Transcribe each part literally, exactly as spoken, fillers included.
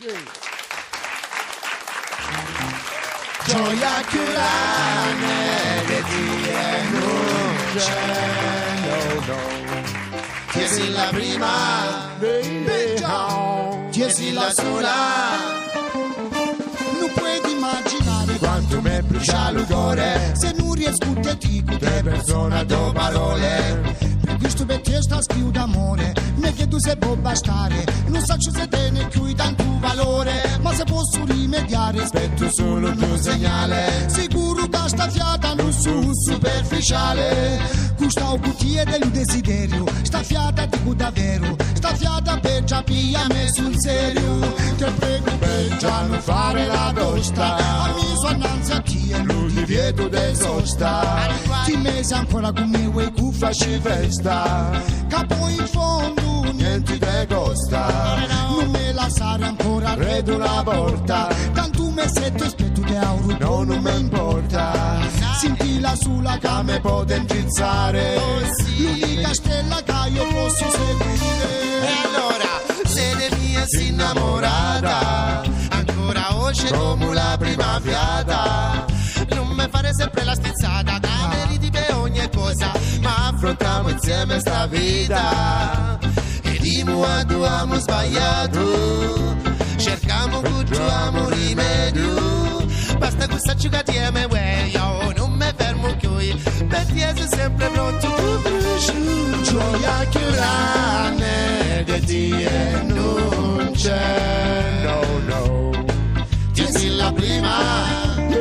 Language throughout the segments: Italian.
Gioia che la neve di non c'è, no, no. Tiesi la prima, tiesi la sola. Non puoi immaginare quanto mi brucia il cuore se non riesco a dire che persona do parole. Per questo per te sta scrivo d'amore, me che tu se può bastare. Non so se te ne chiudi tanto valore, ma se posso rimediare aspetto solo il tuo segnale. Sicuro da sta fiata non su superficiale, questa cutia del desiderio, sta fiata dico davvero, sta fiata per già pia me sul serio. Ti prego per già non fare la tosta, a mi so annanzi a chi e lui divieto de sosta. Ti mesi ancora con me vuoi cu facci festa, capo in fondo niente te costa. Non me la sare ancora credo la porta, tanto me setto aspetto de euro no non mi importa. Sentila sulla cama e pote indrizzare, l'unica stella che io posso seguire. E allora se ne mia si innamorata, ancora oggi come la prima fiata. Non mi fare sempre la stizzata, cameri di per ogni cosa, ma affrontiamo insieme sta vita. E dimo a due abbiamo sbagliato, cerchiamo cucciamo rimedio. Basta questa giocatieme, uè, io non mi fermo qui, per te sei sempre pronto tu. Gioia che la neve di non c'è, no, no. Tiesi la prima,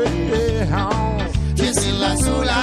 tiesi la sola.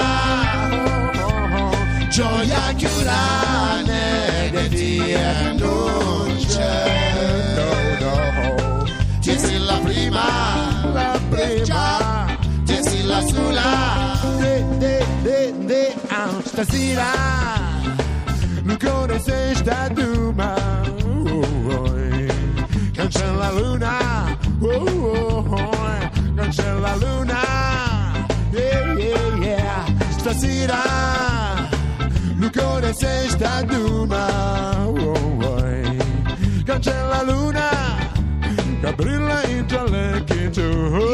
Gioia che la neve di non c'è, no, no. Tiesi la prima, la prima, tiesi la sola. De, de, de, de, ah, stasera il cuore se sta duma, oh, oh, non c'è la luna, oh, oh, oh, non c'è la luna, yeah, yeah, yeah. Stasera il cuore se sta duma, oh, oh, non c'è la luna che brilla in giallecchi tu.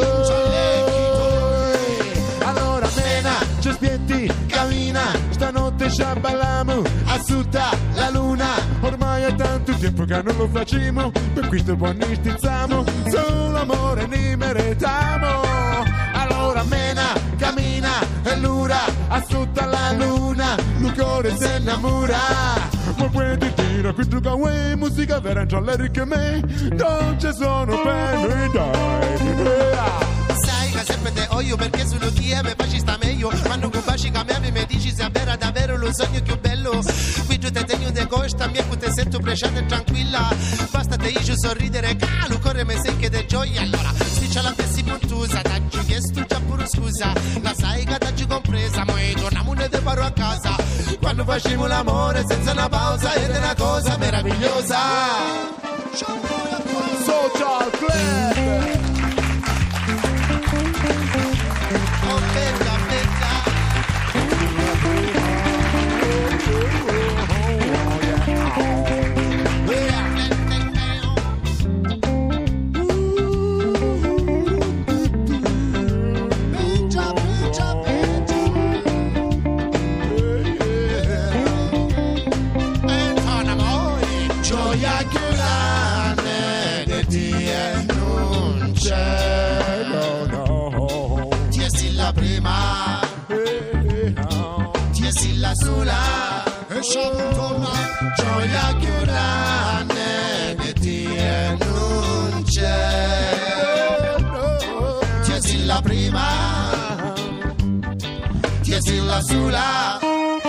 Allora mena, ci spietti, cammina, stanotte ci ballamo, assunta la luna. Ormai è tanto tempo che non lo facciamo, per questo buoni stizziamo, solo amore ne meritiamo. Allora mena, cammina, e l'ura, assunta la luna, il cuore si innamora. Ma puoi dire, questo che è musica vera, già le che me, non ci sono per noi dai. Sai che sempre te odio perché solo chi è me facci sta meglio. Quando con baci cambiami mi dici se è vera davvero lo sogno più bello. Qui giù te tengo de costa, mia te sento preciata e tranquilla. Basta te io sorridere, calo, corre me sei che de gioia. Allora, spiccia la pessi puntusa, t'aggi chiesto già pure scusa. La sai che t'aggi compresa, ma torniamo ne te paro a casa. Quando facciamo l'amore senza una pausa ed è una cosa meravigliosa. Social Club. Oh, bella, bella. Gioia che la neve di non c'è, no, no. Tiesi la prima, tiesi la sola, e siamo tornati. Gioia che la neve di non c'è, tiesi la prima, tiesi la sola.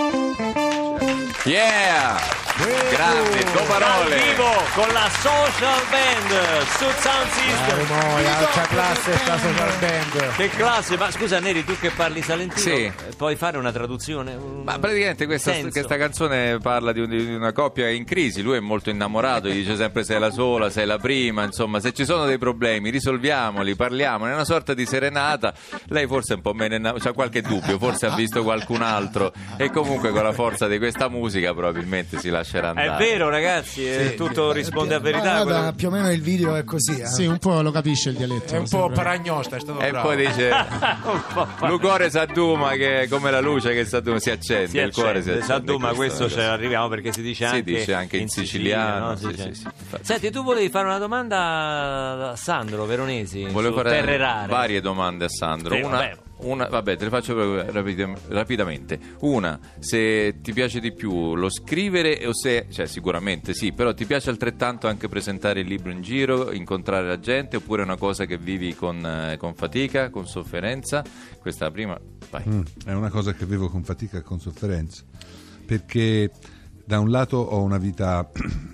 Yeah! Grande, due parole dal vivo con la Social Band su Sound System. Noi, alta classe sta Social Band. Che classe, ma scusa Neri, tu che parli salentino, Sì. puoi fare una traduzione? Un Ma praticamente questa, senso? questa canzone parla di, un- di una coppia in crisi. Lui è molto innamorato, gli dice sempre sei la sola, sei la prima. Insomma, se ci sono dei problemi risolviamoli, parliamo. È una sorta di serenata. Lei forse è un po' meno innamorata, c'ha qualche dubbio, forse ha visto qualcun altro. E comunque con la forza di questa musica probabilmente si lascia lascerà andare. È vero, ragazzi, è tutto risponde a verità. Guarda, quello- più o meno il video è così. Eh. Sì, un po' lo capisce il dialetto. È un po' paragnosta, è stato E bravo. poi dice Lucore Sadduma, che è come la luce che Sadduma si accende, Si il cuore si accende, accende. Sadduma, Questa questo è ce una l'arriviamo perché si dice Si anche, dice anche in siciliano, no? Si sì, dice- sì, sì, infatti. Senti, tu volevi fare una domanda a Sandro Veronesi Volevo su fare Terre Rare. varie domande a Sandro. Sì, una, vabbè. una- vabbè, te le faccio proprio rapid- rapidamente. Una, se ti piace di più lo scrivere o se, cioè sicuramente sì, però ti piace altrettanto anche presentare il libro in giro, incontrare la gente, oppure è una cosa che vivi con, eh, con fatica, con sofferenza? Questa è la prima. Vai. Mm, è una cosa che vivo con fatica e con sofferenza, perché da un lato ho una vita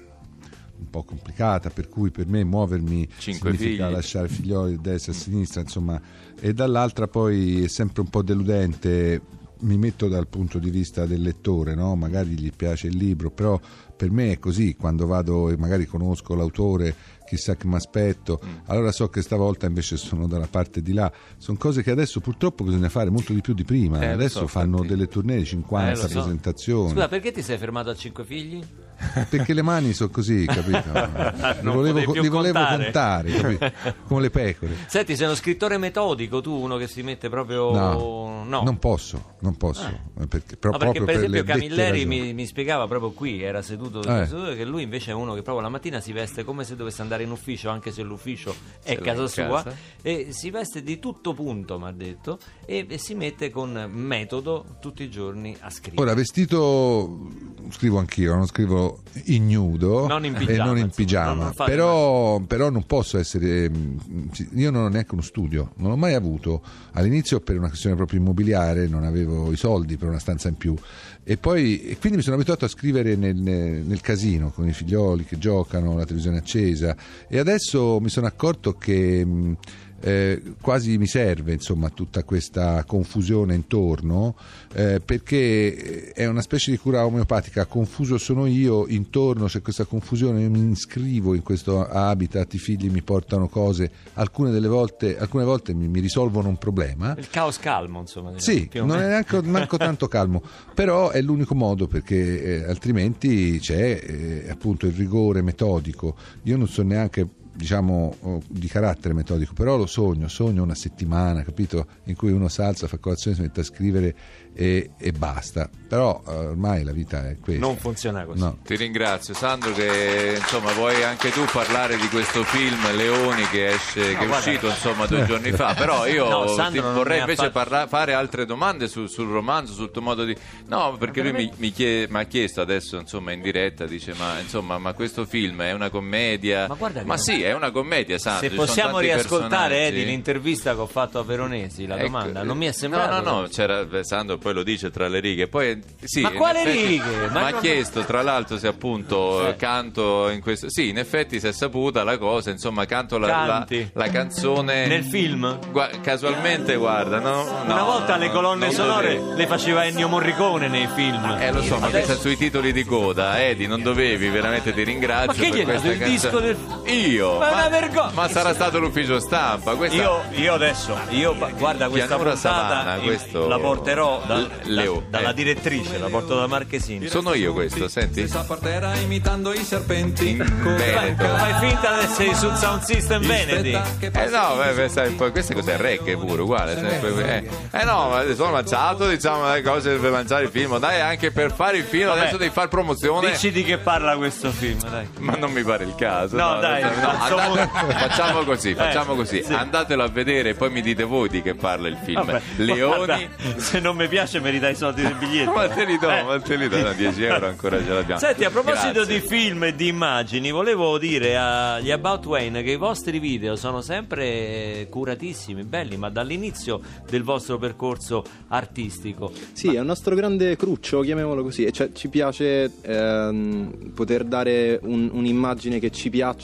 un po' complicata, per cui per me muovermi Cinque significa figli. lasciare figlioli a destra e a sinistra, insomma, e dall'altra poi è sempre un po' deludente. Mi metto dal punto di vista del lettore, no? Magari gli piace il libro, però per me è così, quando vado e magari conosco l'autore, chissà che mi aspetto, Mm. allora so che stavolta invece sono dalla parte di là. Sono cose che adesso purtroppo bisogna fare molto di più di prima. Eh, lo Adesso so, fanno infatti. delle tournée di cinquanta Eh, lo so. presentazioni. Scusa, perché ti sei fermato a cinque figli? Perché le mani sono così, capito? Li Non volevo, potevi più li volevo contare. contare, capito? Come le pecore. Senti, sei uno scrittore metodico, tu, uno che si mette proprio... No, no. non posso, non posso. Perché, pro- No, perché proprio per esempio le vecchie Camilleri ragioni. mi, mi spiegava proprio qui, era seduto, Eh. seduto, che lui invece è uno che proprio la mattina si veste come se dovesse andare in ufficio, anche se l'ufficio è Ce l'ha casa in sua, casa. e si veste di tutto punto, mi ha detto, e, e si mette con metodo tutti i giorni a scrivere. Ora, vestito scrivo anch'io, non scrivo ignudo Non in e pigiama, non in insomma, pigiama, non- non fate però, però non posso essere, mh, io non ho neanche uno studio, non l'ho mai avuto all'inizio per una questione proprio immobiliare, non avevo i soldi per una stanza in più, e poi e quindi mi sono abituato a scrivere nel, nel casino con i figlioli che giocano, la televisione accesa, e adesso mi sono accorto che mh, Eh, quasi mi serve, insomma, tutta questa confusione intorno, eh, perché è una specie di cura omeopatica. Confuso sono io, intorno c'è questa confusione, io mi iscrivo in questo habitat, i figli mi portano cose, alcune delle volte alcune volte mi, mi risolvono un problema. Il caos calmo, insomma. diciamo, Sì, più o non è meno. neanche manco tanto calmo, però è l'unico modo, perché eh, altrimenti c'è eh, appunto il rigore metodico. Io non so neanche, diciamo, oh, di carattere metodico, però lo sogno, sogno una settimana, capito? In cui uno si alza, fa colazione, si mette a scrivere e, e basta. Però eh, ormai la vita è questa. Non funziona così. No. Ti ringrazio Sandro, che insomma vuoi anche tu parlare di questo film Leoni che esce, che è guarda. uscito insomma due giorni fa, però io No, ti Sandro non vorrei ne ha invece fatto- parla- fare altre domande su- sul romanzo, sul tuo modo di... No, perché lui mi, mi chie- mi ha chiesto adesso insomma in diretta, dice ma insomma ma questo film è una commedia? Ma guarda che- Ma sì, è una commedia, Sandro. Se ci sono possiamo tanti riascoltare personaggi. Edi l'intervista che ho fatto a Veronesi, la Ecco, domanda, non mi è sembrato. No, no, no, c'era beh, Sandro, poi lo dice tra le righe. Poi, sì, Ma in quale effetti- righe? Ma Mi ha non- chiesto, tra l'altro, se appunto Eh. canto in questo. Sì, in effetti si è saputa la cosa, insomma, canto la, la, Canti. la canzone. Nel film? Gua- casualmente, guarda, no, no, Una volta le no, colonne non sonore dovevi. le faceva Ennio Morricone nei film. Eh lo so, ma Adesso- questa sui titoli di coda, Edi, non dovevi, veramente ti ringrazio. Ma chi per gliel'ha questa dato il disco canzone. Io? Ma è una vergogna. Ma sarà stato l'ufficio stampa, questa. Io, io adesso, io guarda questa Pianura puntata Savana, io questo- la porterò da- L- Leo, da- dalla eh. direttrice, la porto da Marchesini. Sono io questo, senti? Sapartera imitando i serpenti. In Con- Veneto. Fai finta di essere sul Sound System Veneti. che Eh no, beh, beh, sai, poi questo cos'è? Reggae pure, uguale. sempre- eh. Eh no, ma sono avanzato, diciamo, le cose per lanciare il film. Dai, anche per fare il film Vabbè. adesso devi fare promozione. Dici di che parla questo film, dai. Ma non mi pare il caso. No, dai, no, insomma- andate- facciamo così, facciamo Eh, così. sì. Andatelo a vedere e poi mi dite voi di che parla il film. Vabbè, Leoni. guarda, se non mi piace mi ridai i soldi del biglietto. Ma te li do, Eh. ma te li do, no, dieci euro ancora ce l'abbiamo. Senti, a proposito Grazie. di film e di immagini, volevo dire agli About Wayne che i vostri video sono sempre curatissimi, belli, ma dall'inizio del vostro percorso artistico. Sì, è un nostro grande cruccio, chiamiamolo così, e cioè ci piace ehm, poter dare un- un'immagine che ci piaccia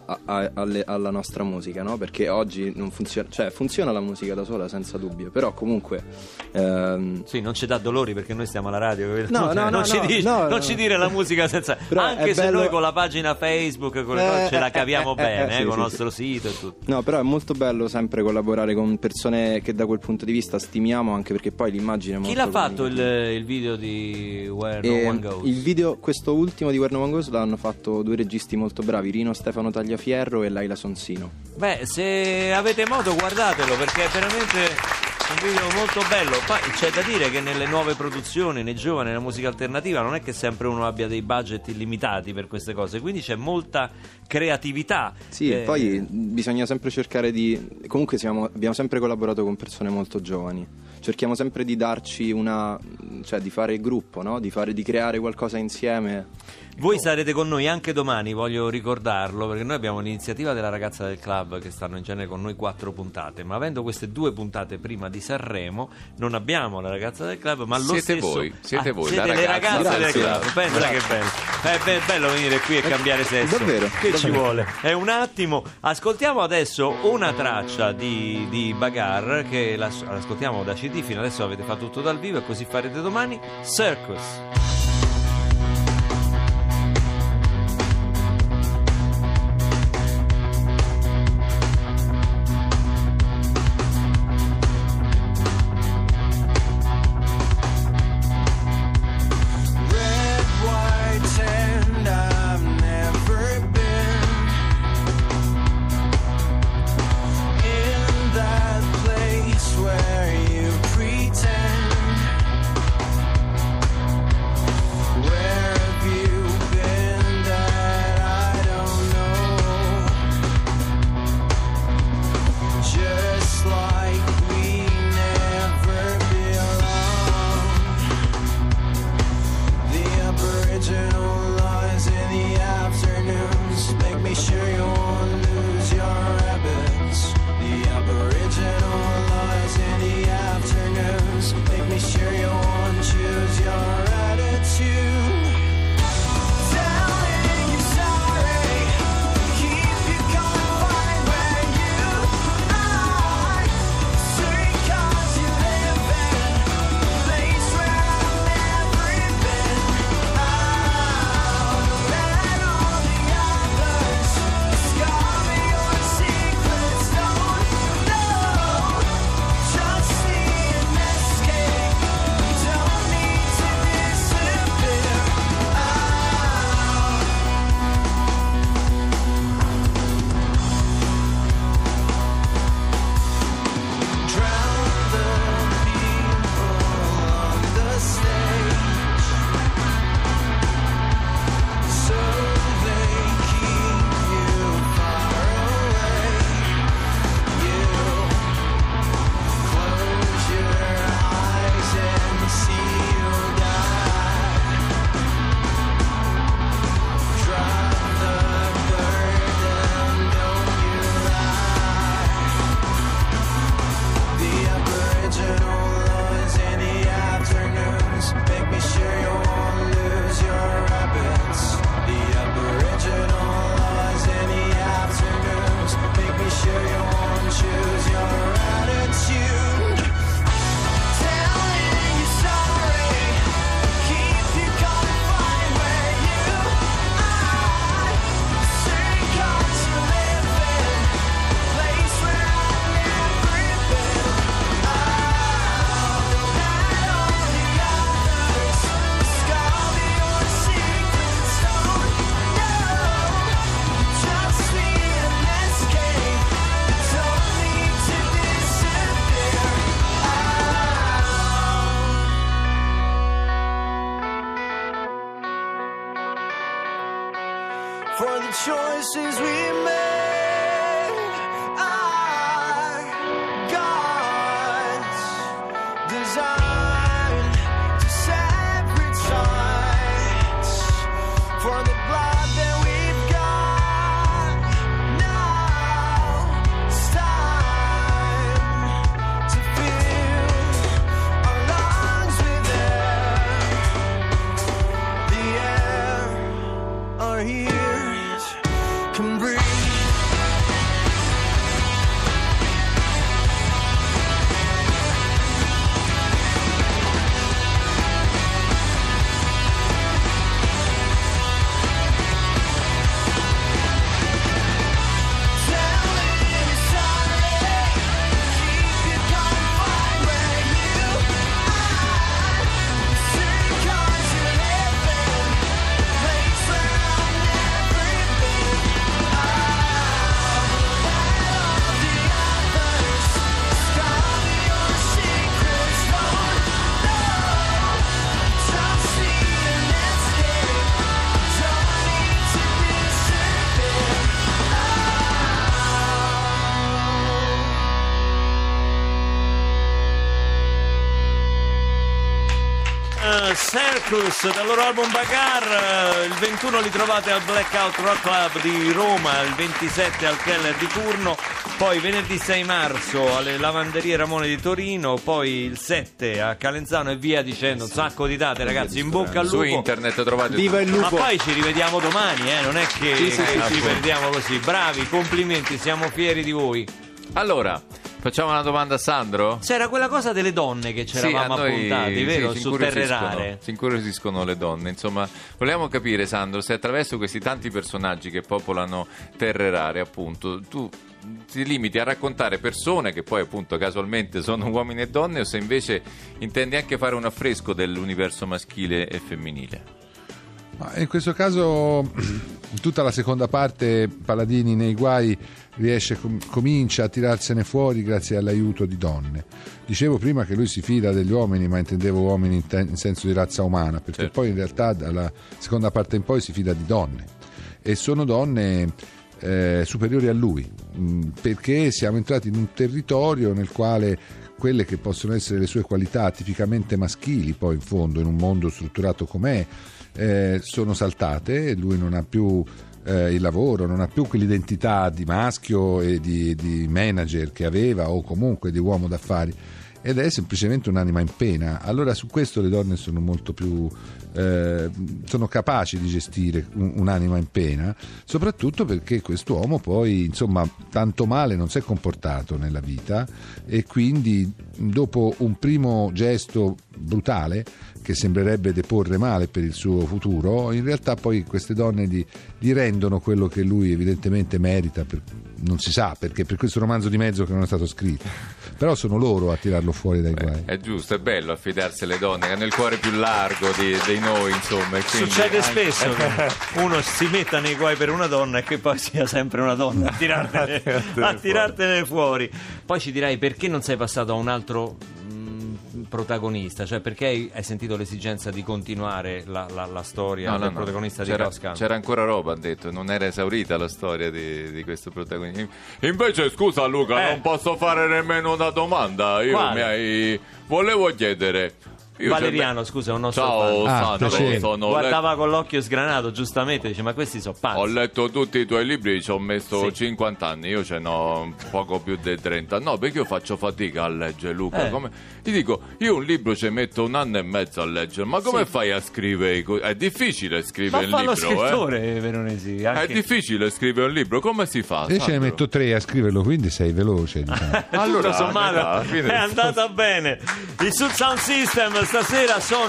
a- a- alle- alla nostra musica, no? Perché oggi non funziona, cioè funziona la musica da sola senza dubbio, però comunque ehm, Sì, non ci dà dolori perché noi stiamo alla radio, capito? No, Cioè, no, non, no, ci no, dici- no, non no. ci dire la musica senza... Però Anche è se bello- noi con la pagina Facebook, con le Eh, cose, ce la eh, caviamo eh, eh, bene, eh, eh, sì, con il sì, nostro sito e tutto. no, però è molto bello sempre collaborare con persone che da quel punto di vista stimiamo, anche perché poi l'immagine è molto Chi l'ha fatto il, comunicativa. il video di Where No E One Goes? il video, questo ultimo di Where No One Goes, l'hanno fatto due registi molto bravi, Rino Stefano Tagliafierro e Laila Sonsino. Beh, se avete modo guardatelo perché è veramente un video molto bello. Poi c'è da dire che nelle nuove produzioni, nei giovani, nella musica alternativa, non è che sempre uno abbia dei budget illimitati per queste cose, quindi c'è molta creatività. Sì, Eh, poi bisogna sempre cercare di... Comunque siamo, abbiamo sempre collaborato con persone molto giovani. Cerchiamo sempre di darci una... cioè di fare il gruppo, no? Di fare, di creare qualcosa insieme. Voi sarete con noi anche domani, voglio ricordarlo, perché noi abbiamo l'iniziativa della ragazza del club che stanno in genere con noi quattro puntate, ma avendo queste due puntate prima di Sanremo non abbiamo la ragazza del club, ma lo Siete stesso... voi, siete voi, siete la le ragazza ragazze del del club. club. Pensa che bello. È be- bello venire qui e cambiare sesso. davvero, Che ci vuole? È un attimo. Ascoltiamo adesso una traccia di, di Bagar che la, ascoltiamo da C D, fino adesso avete fatto tutto dal vivo e così farete domani. Circus. Red, white, and I've never been in that place where you pretend Circus dal loro album Bagar. Il ventuno li trovate al Blackout Rock Club di Roma, il ventisette al Keller di Curno, poi venerdì sei marzo alle Lavanderie Ramone di Torino, poi il sette a Calenzano e via dicendo. Un sacco di date, ragazzi, in bocca al lupo. Su internet trovate Viva il Ma lupo! poi ci rivediamo domani, eh? Non è che, Sì, sì, che sì, ci sì. perdiamo così. Bravi, complimenti, siamo fieri di voi. Allora, facciamo una domanda a Sandro? C'era quella cosa delle donne che ci eravamo Sì, a noi- appuntati, vero? sì, ci Su Terre incuriosiscono, Rare. si incuriosiscono le donne. Insomma, vogliamo capire, Sandro, se attraverso questi tanti personaggi che popolano Terre Rare, appunto, tu ti limiti a raccontare persone che poi appunto casualmente sono uomini e donne, o se invece intendi anche fare un affresco dell'universo maschile e femminile. Ma in questo caso tutta la seconda parte, Paladini nei guai, riesce, com- comincia a tirarsene fuori grazie all'aiuto di donne. Dicevo prima che lui si fida degli uomini, ma intendevo uomini in, te- in senso di razza umana, perché Certo. poi in realtà dalla seconda parte in poi si fida di donne, e sono donne eh, superiori a lui, mh, perché siamo entrati in un territorio nel quale quelle che possono essere le sue qualità tipicamente maschili, poi in fondo in un mondo strutturato com'è, eh, sono saltate, e lui non ha più eh, il lavoro, non ha più quell'identità di maschio e di, di manager che aveva, o comunque di uomo d'affari, ed è semplicemente un'anima in pena. Allora su questo le donne sono molto più eh, sono capaci di gestire un, un'anima in pena, soprattutto perché quest'uomo poi insomma tanto male non si è comportato nella vita, e quindi dopo un primo gesto brutale che sembrerebbe deporre male per il suo futuro, in realtà poi queste donne gli, gli rendono quello che lui evidentemente merita, per, non si sa perché, per questo romanzo di mezzo che non è stato scritto, però sono loro a tirarlo fuori dai guai. È giusto, è bello affidarsi alle donne che hanno il cuore più largo di, dei noi, insomma. E quindi Succede anche- spesso che uno si metta nei guai per una donna e che poi sia sempre una donna a tirartene, a tirartene fuori. Poi ci dirai perché non sei passato a un altro mh, protagonista, cioè perché hai, hai sentito l'esigenza di continuare la, la, la storia No, del no, no. protagonista c'era, di Toscan. c'era ancora roba, ha detto, non era esaurita la storia di, di questo protagonista. Invece scusa Luca, Eh. non posso fare nemmeno una domanda. Io Quale? mi hai volevo chiedere. Io Valeriano, scusa, un nostro Ciao fan. Ah, Sandro, piacere. sono Guardava con l'occhio sgranato, giustamente, dice ma questi sono pazzi. Ho letto tutti i tuoi libri, ci ho messo Sì. cinquanta anni, io ce n'ho poco più di trenta. No, perché io faccio fatica a leggere, Luca. Eh. Come... Ti dico, io un libro ci metto un anno e mezzo a leggere, ma come Sì. fai a scrivere? i co- È difficile Ma scrivere il fa lo libro, eh? scrittore, Veronesi. È Anche... difficile scrivere un libro, come si fa? Io ce ne Sandro? metto tre a scriverlo, quindi sei veloce, diciamo. Allora, Tutto sommato alla fine- è andata bene. I Sud Sound System stasera sono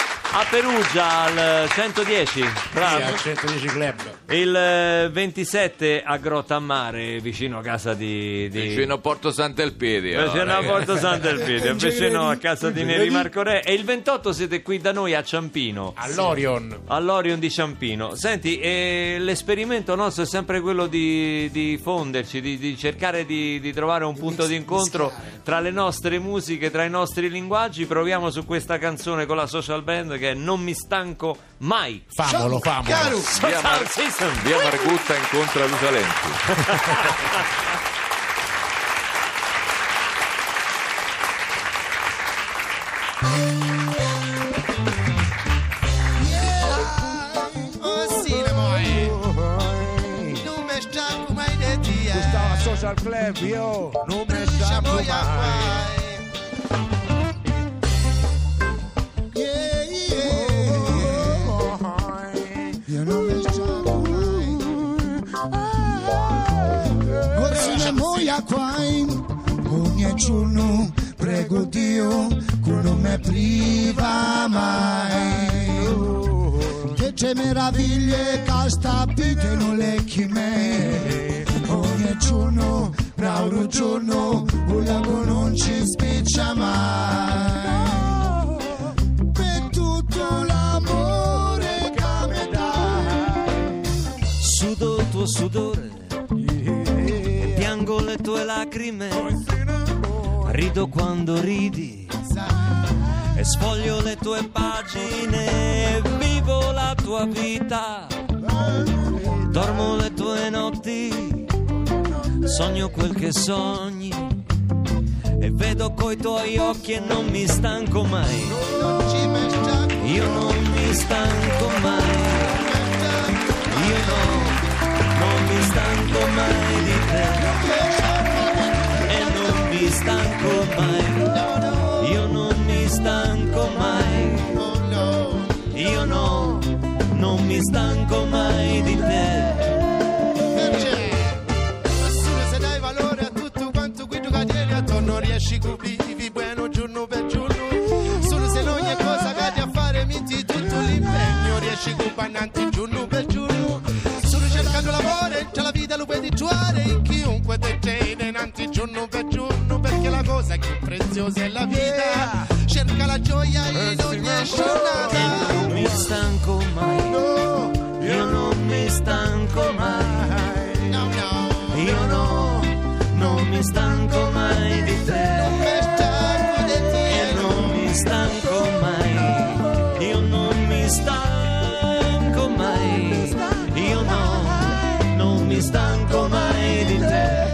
a Perugia al centodieci, bravo. al centodieci Club. Il eh, ventisette a Grottammare, vicino a casa di, di... Vicino a Porto Sant'Elpidio. vicino a ragazzi. Porto Sant'Elpidio, vicino a casa di Neri Marco Re. E il ventotto siete qui da noi a Ciampino, All'Orion. all'Orion di Ciampino. Senti, eh, l'esperimento nostro è sempre quello di, di fonderci, di, di cercare di, di trovare un punto di incontro tra le nostre musiche, tra i nostri linguaggi. Proviamo su questa canzone con la social band che è Non mi stanco mai. Famolo, famolo. Via, Mar- System. via Margutta incontra Luca Lenti. Oh sì, amore, non mi stanco mai di te. Stava social club, io non mi stanco Siamo mai. a guai. Yeah, yeah. Io non mi stanco mai. Oggi siamo qua, ogni giorno prego Dio che non mi priva mai. Che c'è meraviglie che sta vita non le me. Ogni giorno, bravo giorno, un lago non ci spiccia mai. Per tutto l'amore che mi dai. Sudo il tuo sudore e piango le tue lacrime, rido quando ridi e sfoglio le tue pagine, vivo la tua vita, dormo le tue notti, sogno quel che sogni e vedo coi tuoi occhi e non mi stanco mai. Non ci mi stanco io non mi stanco mai, io no, non mi stanco mai di te, e non mi stanco mai, io non mi stanco mai, io no, non mi stanco mai di te. Se dai valore a tutto quanto qui tu tieni attorno, riesci a vivi buono giorno per giorno, solo se in ogni cosa cadi a fare minti tutto l'impegno, riesci a bannanti giorno per giorno, solo cercando lavoro c'è la vita lo puoi trovare in chiunque te tiene innanzi giorno per giorno, perché la cosa più preziosa è la vita, cerca la gioia in ogni giornata. E non mi stanco mai, io non mi stanco mai, No, no, io no, non mi stanco mai di te, non mi stanco di te, e non mi stanco mai, io non mi stanco mai, io no, non mi stanco mai di te.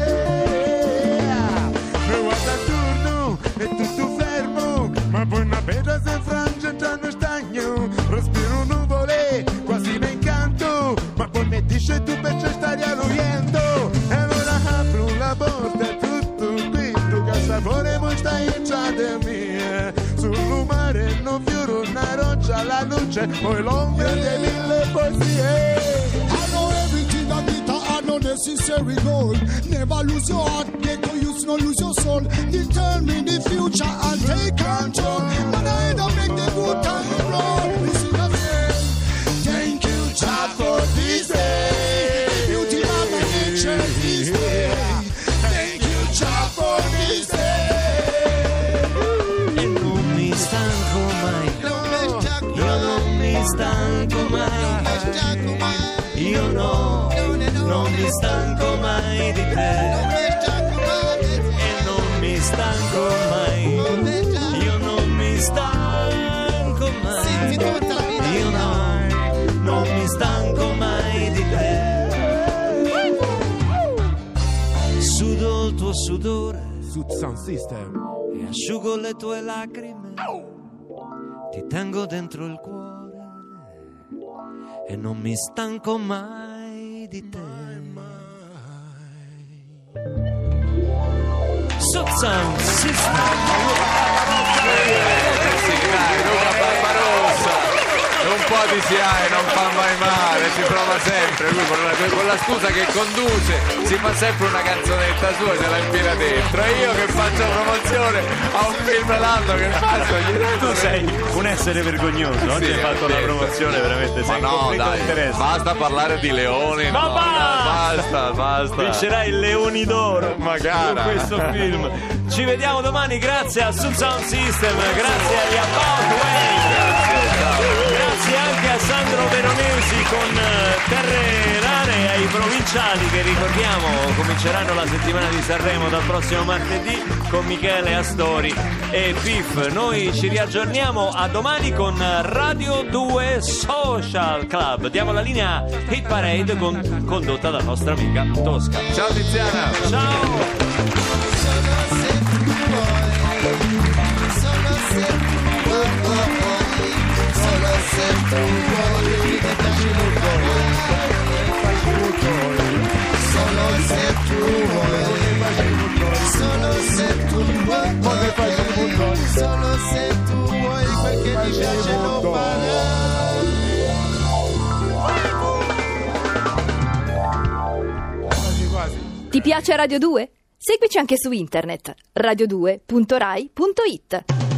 Mi guarda attorno, è tutto fermo, ma poi una pedra si frange tra noi stagno, respiro nuvole, quasi mi incanto, ma poi mi dice tu perché stai all'oriento, e allora apro la porta e tutto qui, tu che sapore mo stai in ciate mie, sul mare non fioro una roccia, la luce, poi l'ombra di mille poesie. I know everything I need, I know necessary goal. Never lose your heart, make no use, no lose your soul. Determine the future and take control. But I don't make the good time roll. We sing a song. Thank you, Jah, for this day. Beauty of my nature this day. Thank you, Jah, for this day. E non mi stanco mai, non mi stanco io non mi stanco mai, stanco mai, io no, non mi stanco mai di te, non mi stanco mai di te, e non mi stanco mai, io non mi stanco senti mai, tutta la vita io no, non mi stanco mai di te. Sudo il tuo sudore Sud Sound System. e asciugo le tue lacrime, ti tengo dentro il cuore e non mi stanco mai di te. Sud Sound System. Sì, dai, Luca Barbarossa, un po' di S I A E non fa mai male, si prova sempre, lui con la, con la scusa che conduce si fa sempre una canzonetta sua, se la infila dentro, e io che faccio promozione a un film l'anno che faccio, gli Tu sei un essere vergognoso, oggi Sì, hai fatto sì. la promozione veramente, Ma sei in no, conflitto di dai, interesse. basta parlare di leoni, Ma no, basta! basta, basta. Vincerà il Leoni d'Oro Magari. con questo film. Ci vediamo domani, grazie a Sud Sound System, grazie agli About Wayne, grazie anche a Sandro Veronesi con eh, Terre Rare, e ai provinciali che ricordiamo cominceranno la settimana di Sanremo dal prossimo martedì con Michele Astori e Pif. Noi ci riaggiorniamo a domani con Radio due Social Club. Diamo la linea Hit Parade con, condotta dalla nostra amica Tosca. Ciao Tiziana. Ciao! solo se tu vuoi, solo se tu vuoi, mi piaci molto, solo se tu vuoi, solo se tu vuoi, solo se tu vuoi, quel che ti piace lo farai. Ti piace Radio due? Seguici anche su internet radio due punto rai punto it.